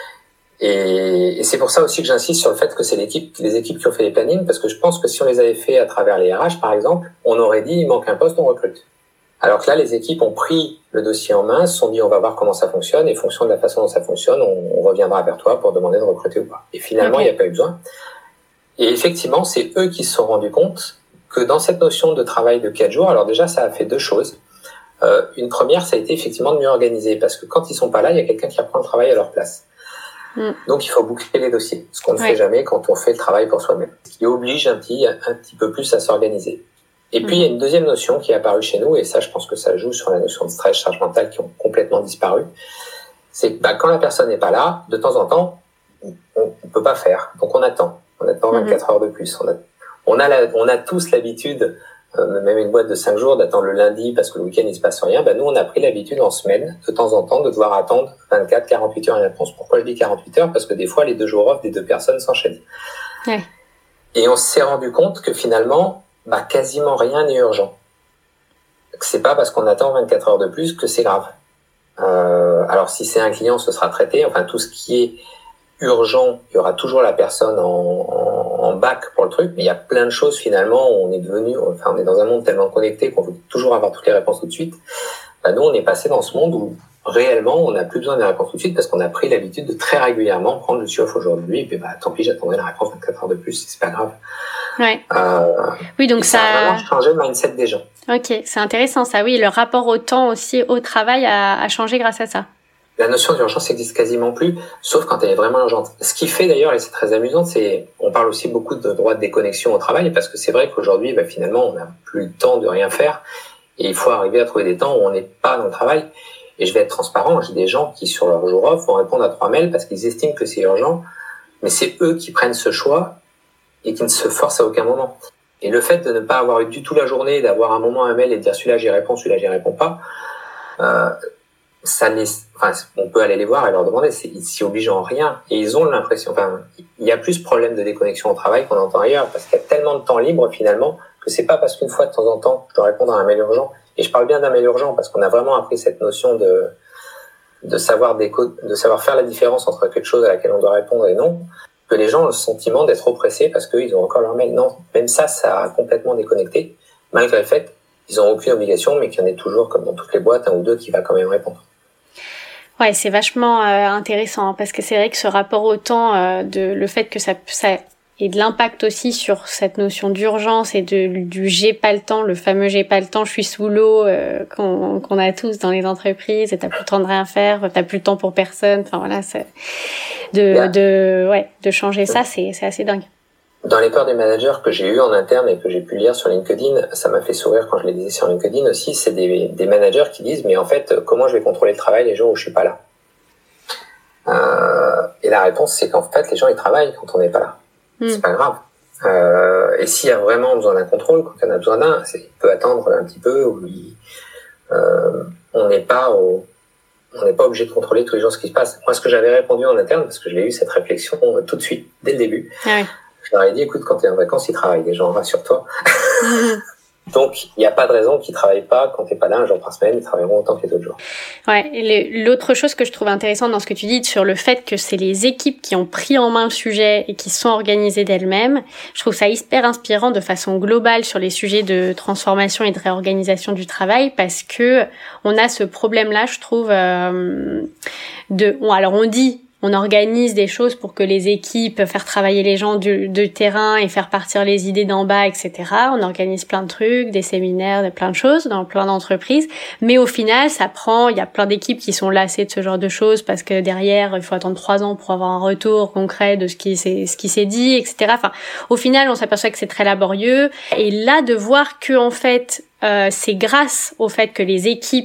Et, et c'est pour ça aussi que j'insiste sur le fait que c'est l'équipe, les équipes qui ont fait les plannings, parce que je pense que si on les avait fait à travers les R H, par exemple, on aurait dit il manque un poste, on recrute. Alors que là, les équipes ont pris le dossier en main, se sont dit on va voir comment ça fonctionne, et fonction de la façon dont ça fonctionne, on, on reviendra vers toi pour demander de recruter ou pas. Et finalement, okay. il n'y a pas eu besoin. Et effectivement, c'est eux qui se sont rendus compte que dans cette notion de travail de quatre jours, alors déjà, ça a fait deux choses. Euh, une première, ça a été effectivement de mieux organiser, parce que quand ils sont pas là, il y a quelqu'un qui reprend le travail à leur place. Mm. Donc, il faut boucler les dossiers, ce qu'on ne ouais. fait jamais quand on fait le travail pour soi-même, ce qui oblige un petit, un petit peu plus à s'organiser. Et mm. puis, il y a une deuxième notion qui est apparue chez nous, et ça, je pense que ça joue sur la notion de stress, charge mentale qui ont complètement disparu. C'est que bah, quand la personne n'est pas là, de temps en temps, on ne peut pas faire. Donc, on attend. On attend vingt-quatre mm. heures de plus. On a, on a, la, on a tous l'habitude, euh, même une boîte de cinq jours, d'attendre le lundi parce que le week-end, il se passe rien. Bah, nous, on a pris l'habitude en semaine, de temps en temps, de devoir attendre vingt-quatre, quarante-huit heures une réponse. Pourquoi je dis quarante-huit heures? Parce que des fois, les deux jours off des deux personnes s'enchaînent. Ouais. Et on s'est rendu compte que finalement, bah, quasiment rien n'est urgent. C'est pas parce qu'on attend vingt-quatre heures de plus que c'est grave. Euh, alors, si c'est un client, ce sera traité. Enfin, tout ce qui est urgent, il y aura toujours la personne en, en, en bac pour le truc, mais il y a plein de choses finalement, on est devenu, enfin on est dans un monde tellement connecté qu'on veut toujours avoir toutes les réponses tout de suite. Bah, nous on est passé dans ce monde où réellement on n'a plus besoin des réponses tout de suite parce qu'on a pris l'habitude de très régulièrement prendre le suis off aujourd'hui et puis bah tant pis j'attendrai la réponse vingt-quatre heures de plus, c'est pas grave. Ouais. Euh, oui donc ça, ça a vraiment changé le mindset des gens. Ok, c'est intéressant ça, oui, le rapport au temps aussi au travail a, a changé grâce à ça. La notion d'urgence n'existe quasiment plus, sauf quand elle est vraiment urgente. Ce qui fait d'ailleurs, et c'est très amusant, c'est on parle aussi beaucoup de droit de déconnexion au travail, parce que c'est vrai qu'aujourd'hui, bah, finalement, on n'a plus le temps de rien faire, et il faut arriver à trouver des temps où on n'est pas dans le travail. Et je vais être transparent, j'ai des gens qui, sur leur jour off, vont répondre à trois mails parce qu'ils estiment que c'est urgent, mais c'est eux qui prennent ce choix et qui ne se forcent à aucun moment. Et le fait de ne pas avoir eu du tout la journée, d'avoir un moment un mail et de dire celui-là j'y réponds, celui-là j'y réponds pas, euh, ça n'est, enfin, on peut aller les voir et leur demander, c'est, ils s'y obligent en rien. Et ils ont l'impression, enfin, il y a plus de problèmes de déconnexion au travail qu'on entend ailleurs, parce qu'il y a tellement de temps libre, finalement, que c'est pas parce qu'une fois, de temps en temps, je dois répondre à un mail urgent. Et je parle bien d'un mail urgent, parce qu'on a vraiment appris cette notion de, de savoir déco- de savoir faire la différence entre quelque chose à laquelle on doit répondre et non, que les gens ont le sentiment d'être oppressés parce qu'ils ont encore leur mail. Non, même ça, ça a complètement déconnecté, malgré le fait qu'ils n'ont aucune obligation, mais qu'il y en ait toujours, comme dans toutes les boîtes, un ou deux qui va quand même répondre. Ouais, c'est vachement euh, intéressant hein, parce que c'est vrai que ce rapport au temps, euh, de le fait que ça, ça ait de l'impact aussi sur cette notion d'urgence et de du j'ai pas le temps, le fameux j'ai pas le temps, je suis sous l'eau euh, qu'on, qu'on a tous dans les entreprises et t'as plus le temps de rien faire, t'as plus le temps pour personne. Enfin voilà, c'est de yeah. de ouais de changer ça, c'est c'est assez dingue. Dans les peurs des managers que j'ai eu en interne et que j'ai pu lire sur LinkedIn, ça m'a fait sourire quand je les disais sur LinkedIn aussi, c'est des, des managers qui disent mais en fait comment je vais contrôler le travail les jours où je suis pas là euh, et la réponse c'est qu'en fait les gens ils travaillent quand on n'est pas là, mmh. c'est pas grave euh, et s'il y a vraiment besoin d'un contrôle, quand il y en a besoin d'un, c'est, il peut attendre un petit peu où il, euh, on n'est pas au, on n'est pas obligé de contrôler tous les jours ce qui se passe. Moi ce que j'avais répondu en interne, parce que je l'ai eu cette réflexion euh, tout de suite dès le début, ah ouais. Je leur ai dit, écoute, quand tu es en vacances, ils travaillent, les gens, rassure-toi. Mmh. Donc, il n'y a pas de raison qu'ils ne travaillent pas quand tu n'es pas là un jour par semaine, ils travailleront autant que les autres jours. Ouais, et le, l'autre chose que je trouve intéressante dans ce que tu dis sur le fait que c'est les équipes qui ont pris en main le sujet et qui sont organisées d'elles-mêmes, je trouve ça hyper inspirant de façon globale sur les sujets de transformation et de réorganisation du travail parce que on a ce problème-là, je trouve, euh, de, bon, alors on dit, on organise des choses pour que les équipes, faire travailler les gens du, du terrain et faire partir les idées d'en bas, et cetera. On organise plein de trucs, des séminaires, plein de choses dans plein d'entreprises. Mais au final, ça prend, il y a plein d'équipes qui sont lassées de ce genre de choses parce que derrière, il faut attendre trois ans pour avoir un retour concret de ce qui s'est, ce qui s'est dit, et cetera. Enfin, au final, on s'aperçoit que c'est très laborieux. Et là, de voir que, en fait, euh, c'est grâce au fait que les équipes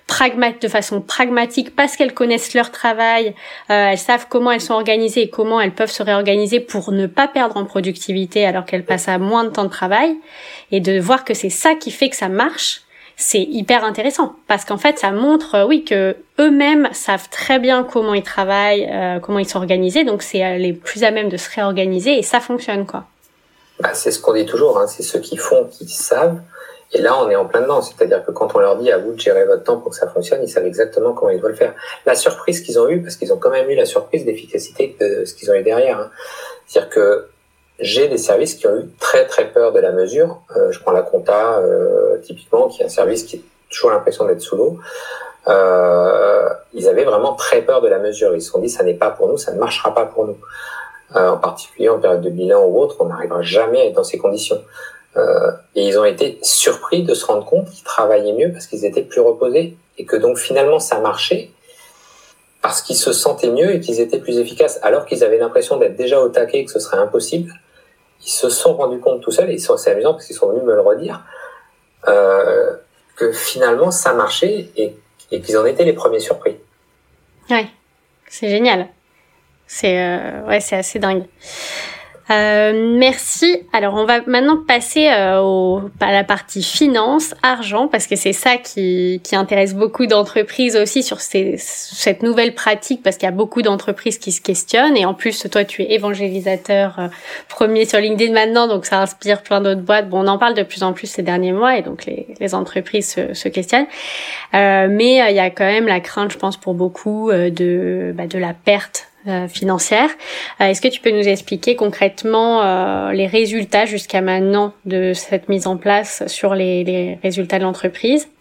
pragmat- de façon pragmatique parce qu'elles connaissent leur travail, euh, elles savent comment elles sont organisées et comment elles peuvent se réorganiser pour ne pas perdre en productivité alors qu'elles passent à moins de temps de travail, et de voir que c'est ça qui fait que ça marche, c'est hyper intéressant parce qu'en fait ça montre euh, oui que eux-mêmes savent très bien comment ils travaillent, euh, comment ils sont organisés, donc c'est euh, les plus à même de se réorganiser et ça fonctionne quoi. Bah, c'est ce qu'on dit toujours, hein, c'est ceux qui font qui savent. Et là, on est en plein dedans. C'est-à-dire que quand on leur dit à vous de gérer votre temps pour que ça fonctionne, ils savent exactement comment ils doivent le faire. La surprise qu'ils ont eue, parce qu'ils ont quand même eu la surprise d'efficacité de ce qu'ils ont eu derrière. Hein. C'est-à-dire que j'ai des services qui ont eu très très peur de la mesure. Euh, je prends la compta, euh, typiquement, qui est un service qui a toujours l'impression d'être sous l'eau. Euh, ils avaient vraiment très peur de la mesure. Ils se sont dit, ça n'est pas pour nous, ça ne marchera pas pour nous. Euh, en particulier en période de bilan ou autre, on n'arrivera jamais à être dans ces conditions. Euh, et ils ont été surpris de se rendre compte qu'ils travaillaient mieux parce qu'ils étaient plus reposés et que donc finalement ça marchait parce qu'ils se sentaient mieux et qu'ils étaient plus efficaces alors qu'ils avaient l'impression d'être déjà au taquet et que ce serait impossible. Ils se sont rendus compte tout seuls, et c'est amusant parce qu'ils sont venus me le redire, euh, que finalement ça marchait et, et qu'ils en étaient les premiers surpris. Ouais, c'est génial. C'est euh, ouais, c'est assez dingue. Euh, merci. Alors, on va maintenant passer euh, au, à la partie finance, argent, parce que c'est ça qui, qui intéresse beaucoup d'entreprises aussi sur ces, cette nouvelle pratique, parce qu'il y a beaucoup d'entreprises qui se questionnent. Et en plus, toi, tu es évangélisateur euh, premier sur LinkedIn maintenant, donc ça inspire plein d'autres boîtes. Bon, on en parle de plus en plus ces derniers mois, et donc les, les entreprises se, se questionnent. Euh, mais il euh, y a quand même la crainte, je pense, pour beaucoup euh, de, bah, de la perte Euh, financière. Euh, est-ce que tu peux nous expliquer concrètement euh, les résultats jusqu'à maintenant de cette mise en place sur les, les résultats de l'entreprise?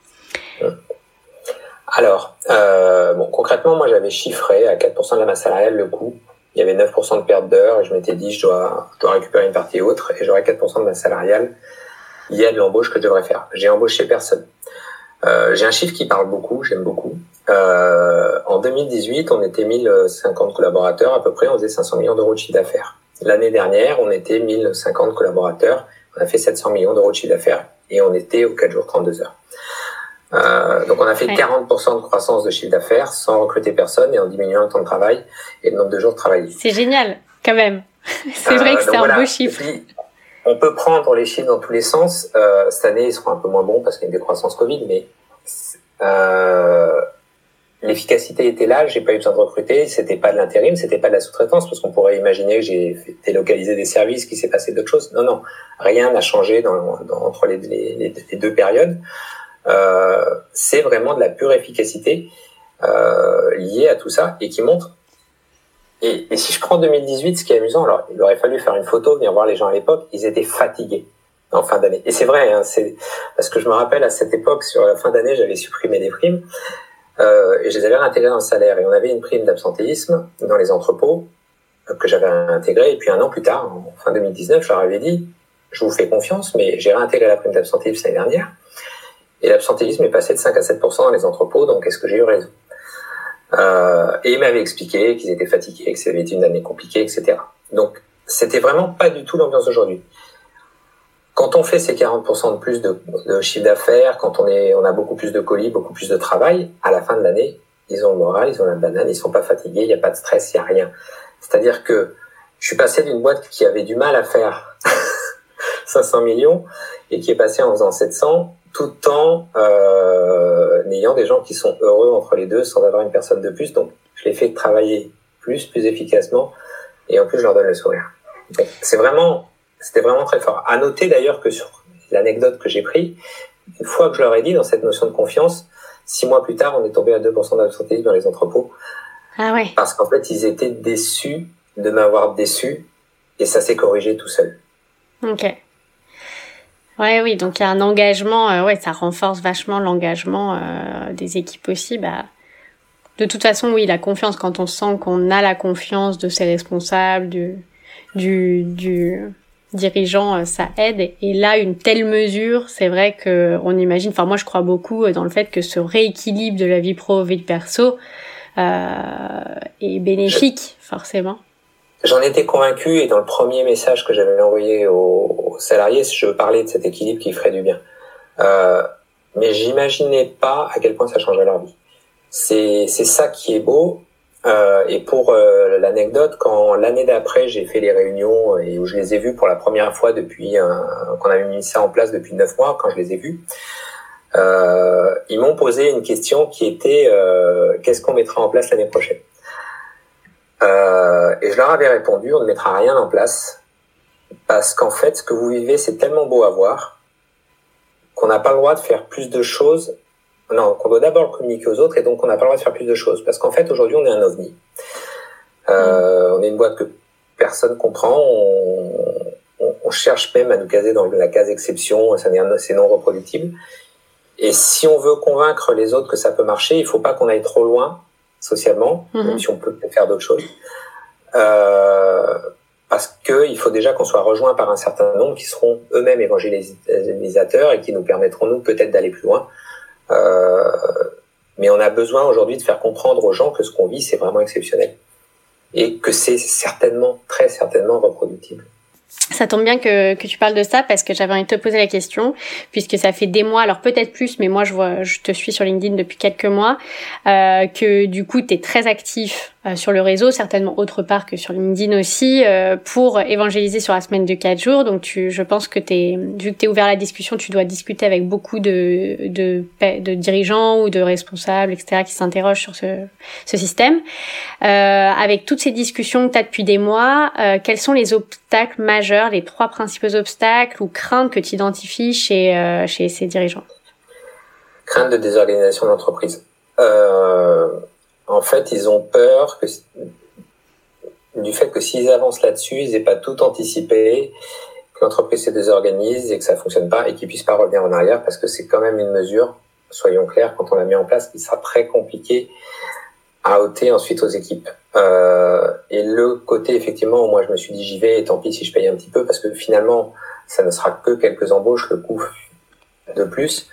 Alors, euh, bon, concrètement, moi j'avais chiffré à quatre pour cent de la masse salariale le coût. Il y avait neuf pour cent de perte d'heures et je m'étais dit je dois, je dois récupérer une partie autre et j'aurai quatre pour cent de masse salariale liée à de l'embauche que je devrais faire. J'ai embauché personne. Euh, j'ai un chiffre qui parle beaucoup, j'aime beaucoup. Euh, en deux mille dix-huit, on était mille cinquante collaborateurs à peu près, on faisait cinq cents millions d'euros de chiffre d'affaires. L'année dernière, on était mille cinquante collaborateurs, on a fait sept cents millions d'euros de chiffre d'affaires et on était aux quatre jours trente-deux heures. Euh, donc on a fait ouais. quarante pour cent de croissance de chiffre d'affaires sans recruter personne et en diminuant le temps de travail et le nombre de jours travaillés. C'est génial, quand même. C'est euh, vrai que c'est un voilà. beau chiffre. Puis, on peut prendre les chiffres dans tous les sens. Euh, cette année, ils seront un peu moins bons parce qu'il y a une décroissance Covid, mais euh, l'efficacité était là. J'ai pas eu besoin de recruter. C'était pas de l'intérim, c'était pas de la sous-traitance, parce qu'on pourrait imaginer que j'ai délocalisé des services, qu'il s'est passé d'autres choses. Non, non, rien n'a changé dans, dans, entre les, les, les deux périodes. Euh, c'est vraiment de la pure efficacité euh, liée à tout ça et qui montre. Et, et si je prends deux mille dix-huit, ce qui est amusant, alors il aurait fallu faire une photo, venir voir les gens à l'époque, ils étaient fatigués en fin d'année. Et c'est vrai, hein, c'est parce que je me rappelle à cette époque, sur la fin d'année, j'avais supprimé des primes euh, et je les avais réintégrées dans le salaire. Et on avait une prime d'absentéisme dans les entrepôts euh, que j'avais intégrée. Et puis un an plus tard, en fin deux mille dix-neuf, je leur avais dit, je vous fais confiance, mais j'ai réintégré la prime d'absentéisme l'année dernière. Et l'absentéisme est passé de cinq à sept pour cent dans les entrepôts, donc est-ce que j'ai eu raison ? Euh, et ils m'avaient expliqué qu'ils étaient fatigués, que c'était une année compliquée, et cetera. Donc, c'était vraiment pas du tout l'ambiance d'aujourd'hui. Quand on fait ces quarante pour cent de plus de, de chiffre d'affaires, quand on est, on a beaucoup plus de colis, beaucoup plus de travail, à la fin de l'année, ils ont le moral, ils ont la banane, ils sont pas fatigués, il n'y a pas de stress, il n'y a rien. C'est-à-dire que je suis passé d'une boîte qui avait du mal à faire cinq cents millions et qui est passée en faisant sept cents, tout en euh, ayant des gens qui sont heureux entre les deux sans avoir une personne de plus. Donc, je les fais travailler plus, plus efficacement et en plus, je leur donne le sourire. Donc, c'est vraiment, c'était vraiment très fort. À noter d'ailleurs que sur l'anecdote que j'ai prise, une fois que je leur ai dit dans cette notion de confiance, six mois plus tard, on est tombé à deux pour cent d'absentéisme dans les entrepôts. Ah ouais. Parce qu'en fait, ils étaient déçus de m'avoir déçu et ça s'est corrigé tout seul. Ok. Ouais, oui, donc il y a un engagement, euh, ouais, ça renforce vachement l'engagement euh, des équipes aussi. Bah, de toute façon, oui, la confiance, quand on sent qu'on a la confiance de ses responsables, du, du, du dirigeant, ça aide. Et là, une telle mesure, c'est vrai que on imagine. Enfin, moi, je crois beaucoup dans le fait que ce rééquilibre de la vie pro, vie perso, euh, est bénéfique, je... forcément. J'en étais convaincu et dans le premier message que j'avais envoyé aux, aux salariés, je parlais de cet équilibre qui ferait du bien. Euh, mais j'imaginais pas à quel point ça changerait leur vie. C'est, c'est ça qui est beau. Euh, et pour euh, l'anecdote, quand l'année d'après j'ai fait les réunions et où je les ai vus pour la première fois depuis euh, qu'on avait mis ça en place depuis neuf mois, quand je les ai vus, euh, ils m'ont posé une question qui était euh, qu'est-ce qu'on mettra en place l'année prochaine? euh, Et je leur avais répondu on ne mettra rien en place parce qu'en fait ce que vous vivez c'est tellement beau à voir qu'on n'a pas le droit de faire plus de choses. Non, qu'on doit d'abord le communiquer aux autres et donc on n'a pas le droit de faire plus de choses. Parce qu'en fait, aujourd'hui, on est un ovni. Euh, on est une boîte que personne comprend. On, on, on cherche même à nous caser dans la case exception. C'est non reproductible. Et si on veut convaincre les autres que ça peut marcher, il faut pas qu'on aille trop loin socialement, mm-hmm. même si on peut faire d'autres choses. Euh, parce qu'il faut déjà qu'on soit rejoint par un certain nombre qui seront eux-mêmes évangélisateurs et qui nous permettront, nous, peut-être d'aller plus loin. Euh, mais on a besoin aujourd'hui de faire comprendre aux gens que ce qu'on vit c'est vraiment exceptionnel et que c'est certainement, très certainement reproductible. Ça tombe bien que, que tu parles de ça parce que j'avais envie de te poser la question puisque ça fait des mois, alors peut-être plus, mais moi je vois, je te suis sur LinkedIn depuis quelques mois, euh, que du coup tu es très actif euh, sur le réseau, certainement autre part que sur LinkedIn aussi, euh, pour évangéliser sur la semaine de quatre jours. Donc tu, je pense que t'es, vu que tu es ouvert à la discussion, tu dois discuter avec beaucoup de, de, de dirigeants ou de responsables, et cetera qui s'interrogent sur ce, ce système. Euh, avec toutes ces discussions que tu as depuis des mois, euh, quels sont les obstacles majeurs, les trois principaux obstacles ou craintes que tu identifies chez, euh, chez ces dirigeants? Crainte de désorganisation d'entreprise. Euh, en fait, ils ont peur que, du fait que s'ils avancent là-dessus, ils n'aient pas tout anticipé, que l'entreprise se désorganise et que ça ne fonctionne pas et qu'ils ne puissent pas revenir en arrière parce que c'est quand même une mesure, soyons clairs, quand on l'a mis en place, qui sera très compliqué à ôter ensuite aux équipes. Euh, et le côté, effectivement, où moi je me suis dit j'y vais et tant pis si je paye un petit peu parce que finalement, ça ne sera que quelques embauches, le coût de plus,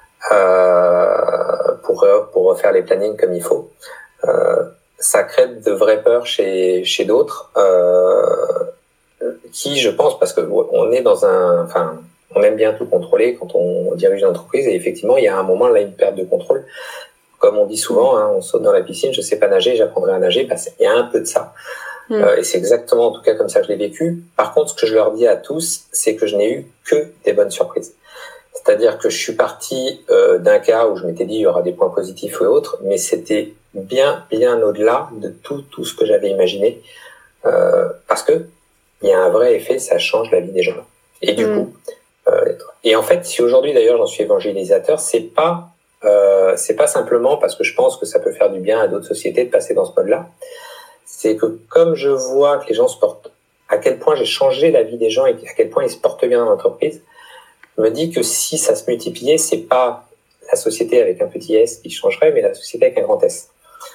euh, pour, pour refaire les plannings comme il faut. Euh, ça crée de vraies peurs chez, chez d'autres, euh, qui, je pense, parce que on est dans un, enfin, on aime bien tout contrôler quand on dirige une entreprise et effectivement, il y a un moment là, une perte de contrôle. Comme on dit souvent, hein, on saute dans la piscine, je sais pas nager, j'apprendrai à nager. Bah, il y a un peu de ça. Mmh. Euh, et c'est exactement, en tout cas, comme ça que je l'ai vécu. Par contre, ce que je leur dis à tous, c'est que je n'ai eu que des bonnes surprises. C'est-à-dire que je suis parti euh, d'un cas où je m'étais dit il y aura des points positifs ou autres, mais c'était bien, bien au-delà de tout, tout ce que j'avais imaginé, euh, parce que il y a un vrai effet, ça change la vie des gens. Et du mmh. coup, euh, et en fait, si aujourd'hui d'ailleurs j'en suis évangélisateur, c'est pas Euh, c'est pas simplement parce que je pense que ça peut faire du bien à d'autres sociétés de passer dans ce mode-là. C'est que comme je vois que les gens se portent, à quel point j'ai changé la vie des gens et à quel point ils se portent bien dans l'entreprise, je me dis que si ça se multipliait, c'est pas la société avec un petit S qui changerait, mais la société avec un grand S.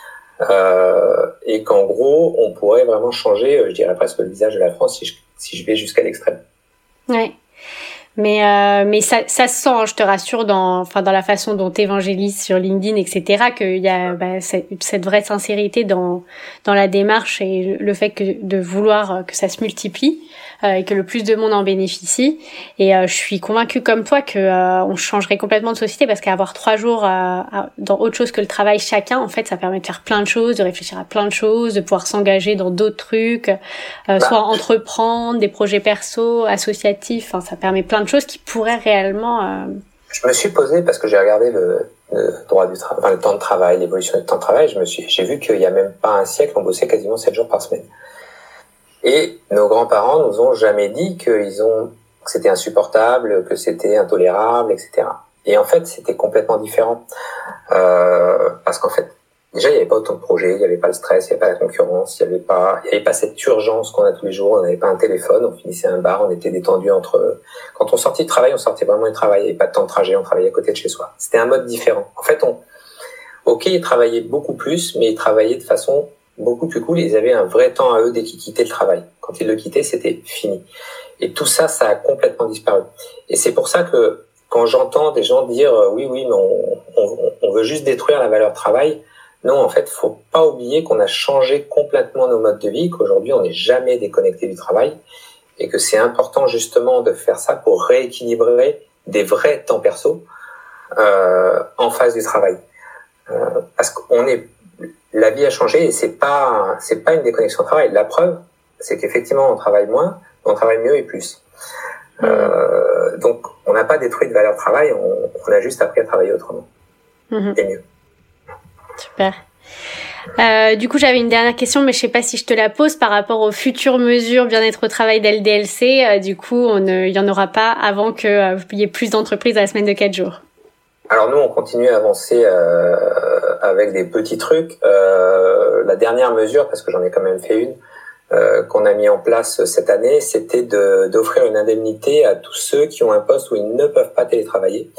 Euh, et qu'en gros, on pourrait vraiment changer, je dirais presque le visage de la France si je, si je vais jusqu'à l'extrême. Ouais. Mais euh, mais ça ça se sent, je te rassure, dans enfin dans la façon dont tu évangélises sur LinkedIn, et cetera, qu'il y a bah, cette, cette vraie sincérité dans dans la démarche et le fait que de vouloir que ça se multiplie euh, et que le plus de monde en bénéficie. Et euh, je suis convaincue comme toi que euh, on changerait complètement de société parce qu'avoir trois jours à, à, dans autre chose que le travail chacun, en fait, ça permet de faire plein de choses, de réfléchir à plein de choses, de pouvoir s'engager dans d'autres trucs, euh, bah. soit entreprendre des projets perso, associatifs. Enfin, ça permet plein de choses qui pourraient réellement... Euh... Je me suis posé, parce que j'ai regardé le, le droit du travail, enfin, le temps de travail, l'évolution du temps de travail, je me suis, j'ai vu qu'il y a même pas un siècle, on bossait quasiment sept jours par semaine. Et nos grands-parents nous ont jamais dit qu'ils ont, que c'était insupportable, que c'était intolérable, et cetera. Et en fait, c'était complètement différent. Euh, parce qu'en fait, déjà, il n'y avait pas autant de projets, il n'y avait pas le stress, il n'y avait pas la concurrence, il n'y avait pas, il n'y avait pas cette urgence qu'on a tous les jours, on n'avait pas un téléphone, on finissait un bar, on était détendu entre, quand on sortait de travail, on sortait vraiment du travail, il n'y avait pas de temps de trajet, on travaillait à côté de chez soi. C'était un mode différent. En fait, on, ok, ils travaillaient beaucoup plus, mais ils travaillaient de façon beaucoup plus cool, ils avaient un vrai temps à eux dès qu'ils quittaient le travail. Quand ils le quittaient, c'était fini. Et tout ça, ça a complètement disparu. Et c'est pour ça que, quand j'entends des gens dire, oui, oui, mais on, on, on veut juste détruire la valeur travail, non, en fait, faut pas oublier qu'on a changé complètement nos modes de vie, qu'aujourd'hui, on n'est jamais déconnecté du travail et que c'est important justement de faire ça pour rééquilibrer des vrais temps perso euh, en face du travail. Euh, parce qu'on est, la vie a changé et c'est pas, c'est pas une déconnexion au travail. La preuve, c'est qu'effectivement, on travaille moins, on travaille mieux et plus. Euh, donc, on n'a pas détruit de valeur travail, on, on a juste appris à travailler autrement. Mmh. Et mieux. Super. Euh, du coup, j'avais une dernière question, mais je sais pas si je te la pose par rapport aux futures mesures bien-être au travail d'L D L C. Euh, du coup, on ne, il y en aura pas avant que euh, il y ait plus d'entreprises à la semaine de quatre jours. Alors nous, on continue à avancer euh, avec des petits trucs. Euh, la dernière mesure, parce que j'en ai quand même fait une, euh, qu'on a mis en place cette année, c'était de, d'offrir une indemnité à tous ceux qui ont un poste où ils ne peuvent pas télétravailler.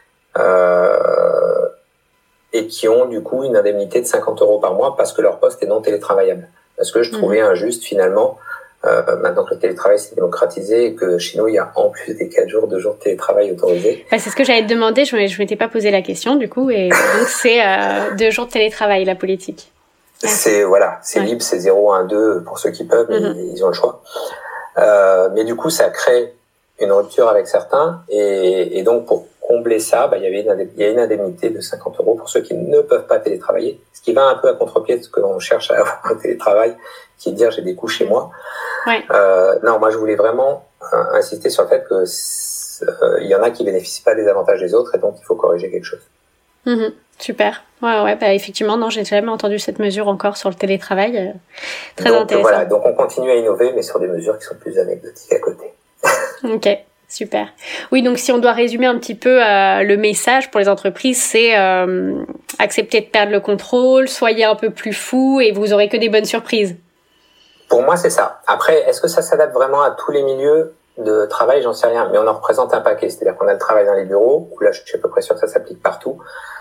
Euh, et qui ont du coup une indemnité de cinquante euros par mois parce que leur poste est non télétravaillable. Parce que je trouvais mmh. injuste finalement, euh, maintenant que le télétravail s'est démocratisé et que chez nous il y a en plus des quatre jours, deux jours de télétravail autorisés. Bah, c'est ce que j'allais te demander, je ne m'étais pas posé la question du coup, et donc c'est euh, deux jours de télétravail la politique. Ouais. C'est voilà, c'est ouais. libre, c'est zéro, un, deux pour ceux qui peuvent, mmh. ils, ils ont le choix. Euh, mais du coup ça crée une rupture avec certains et, et donc pour combler ça, bah, il y avait une, il y a une indemnité de cinquante euros pour ceux qui ne peuvent pas télétravailler, ce qui va un peu à contre-pied de ce que l'on cherche à avoir un télétravail, qui est de dire j'ai des coûts chez moi. Ouais. Euh, non, moi je voulais vraiment euh, insister sur le fait que euh, il y en a qui bénéficient pas des avantages des autres et donc il faut corriger quelque chose. Mmh, super. Ouais, ouais, bah effectivement, non, j'ai jamais entendu cette mesure encore sur le télétravail. Euh, très donc, intéressant. Voilà, donc on continue à innover, mais sur des mesures qui sont plus anecdotiques à côté. Ok. Super. Oui, donc si on doit résumer un petit peu euh, le message pour les entreprises, c'est euh, accepter de perdre le contrôle, soyez un peu plus fou et vous aurez que des bonnes surprises. Pour moi, c'est ça. Après, est-ce que ça s'adapte vraiment à tous les milieux de travail? J'en sais rien, mais on en représente un paquet. C'est-à-dire qu'on a le travail dans les bureaux, où là, je suis à peu près sûr que ça s'applique partout.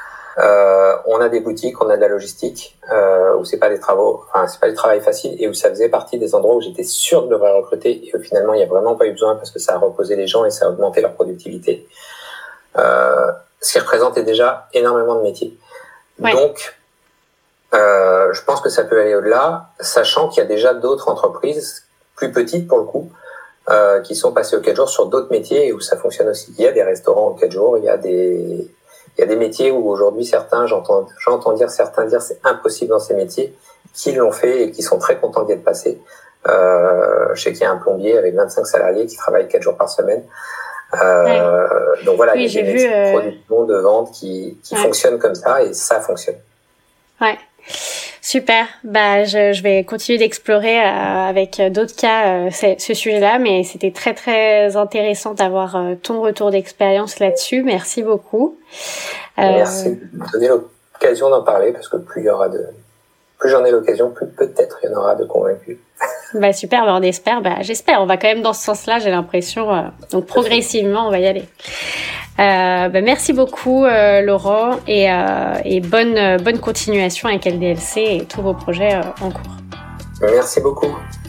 Euh, on a des boutiques, on a de la logistique, euh, où c'est pas des travaux, enfin c'est pas du travail facile et où ça faisait partie des endroits où j'étais sûr de devoir recruter et où finalement il n'y a vraiment pas eu besoin parce que ça a reposé les gens et ça a augmenté leur productivité. Euh, ce qui représentait déjà énormément de métiers. Ouais. Donc, euh, je pense que ça peut aller au-delà, sachant qu'il y a déjà d'autres entreprises plus petites pour le coup, euh, qui sont passées aux quatre jours sur d'autres métiers et où ça fonctionne aussi. Il y a des restaurants aux quatre jours, il y a des Il y a des métiers où aujourd'hui certains, j'entends, j'entends dire certains dire c'est impossible dans ces métiers, qui l'ont fait et qui sont très contents d'y être passés. Euh, je sais qu'il y a un plombier avec vingt-cinq salariés qui travaille quatre jours par semaine. Euh, ouais. Donc voilà, oui, il y a des métiers de production, de vente qui, qui ouais. fonctionnent comme ça et ça fonctionne. Ouais. Super. Bah, je, je vais continuer d'explorer euh, avec d'autres cas euh, ce, ce sujet-là, mais c'était très très intéressant d'avoir euh, ton retour d'expérience là-dessus. Merci beaucoup. Euh... Merci de me donner l'occasion d'en parler parce que plus il y aura de, plus j'en ai l'occasion, plus peut-être il y en aura de convaincus. Bah super. Bah on espère. Bah j'espère. On va quand même dans ce sens-là. J'ai l'impression. Euh, donc progressivement, on va y aller. Euh, bah merci beaucoup euh, Laurent et, euh, et bonne, euh, bonne continuation avec L D L C et tous vos projets euh, en cours. Merci beaucoup.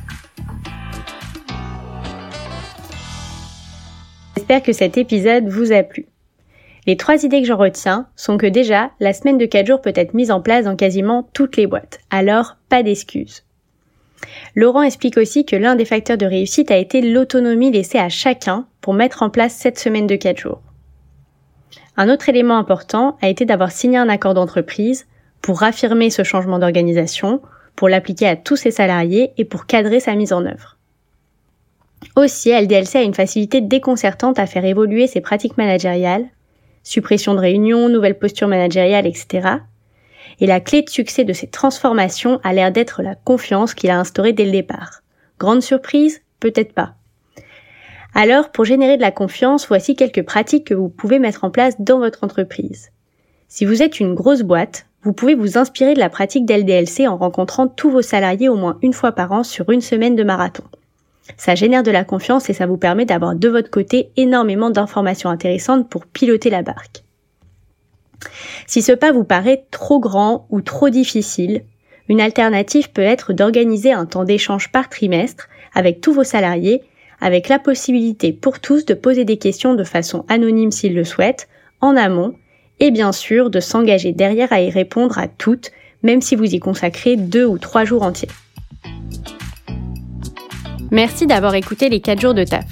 J'espère que cet épisode vous a plu. Les trois idées que j'en retiens sont que déjà, la semaine de quatre jours peut être mise en place dans quasiment toutes les boîtes, alors pas d'excuses. Laurent explique aussi que l'un des facteurs de réussite a été l'autonomie laissée à chacun pour mettre en place cette semaine de quatre jours. Un autre élément important a été d'avoir signé un accord d'entreprise pour raffirmer ce changement d'organisation, pour l'appliquer à tous ses salariés et pour cadrer sa mise en œuvre. Aussi, L D L C a une facilité déconcertante à faire évoluer ses pratiques managériales, suppression de réunions, nouvelles postures managériales, et cetera. Et la clé de succès de ces transformations a l'air d'être la confiance qu'il a instaurée dès le départ. Grande surprise? Peut-être pas. Alors, pour générer de la confiance, voici quelques pratiques que vous pouvez mettre en place dans votre entreprise. Si vous êtes une grosse boîte, vous pouvez vous inspirer de la pratique d'L D L C en rencontrant tous vos salariés au moins une fois par an sur une semaine de marathon. Ça génère de la confiance et ça vous permet d'avoir de votre côté énormément d'informations intéressantes pour piloter la barque. Si ce pas vous paraît trop grand ou trop difficile, une alternative peut être d'organiser un temps d'échange par trimestre avec tous vos salariés, avec la possibilité pour tous de poser des questions de façon anonyme s'ils le souhaitent, en amont, et bien sûr de s'engager derrière à y répondre à toutes, même si vous y consacrez deux ou trois jours entiers. Merci d'avoir écouté les quatre jours de taf.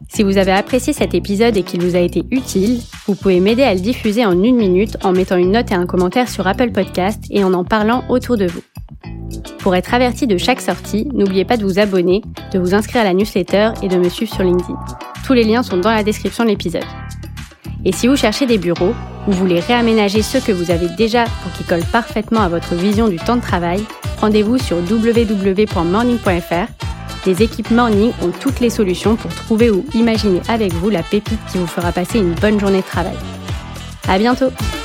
Si vous avez apprécié cet épisode et qu'il vous a été utile, vous pouvez m'aider à le diffuser en une minute en mettant une note et un commentaire sur Apple Podcast et en en parlant autour de vous. Pour être averti de chaque sortie, n'oubliez pas de vous abonner, de vous inscrire à la newsletter et de me suivre sur LinkedIn. Tous les liens sont dans la description de l'épisode. Et si vous cherchez des bureaux, ou voulez réaménager ceux que vous avez déjà pour qu'ils collent parfaitement à votre vision du temps de travail, rendez-vous sur w w w point morning point f r. Les équipes Morning ont toutes les solutions pour trouver ou imaginer avec vous la pépite qui vous fera passer une bonne journée de travail. À bientôt!